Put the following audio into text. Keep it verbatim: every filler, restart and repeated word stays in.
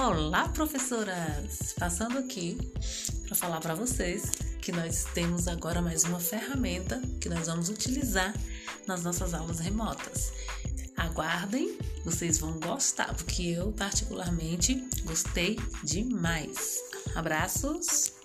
Olá, professoras! Passando aqui para falar para vocês que nós temos agora mais uma ferramenta que nós vamos utilizar nas nossas aulas remotas. Aguardem, vocês vão gostar, porque eu particularmente gostei demais. Abraços!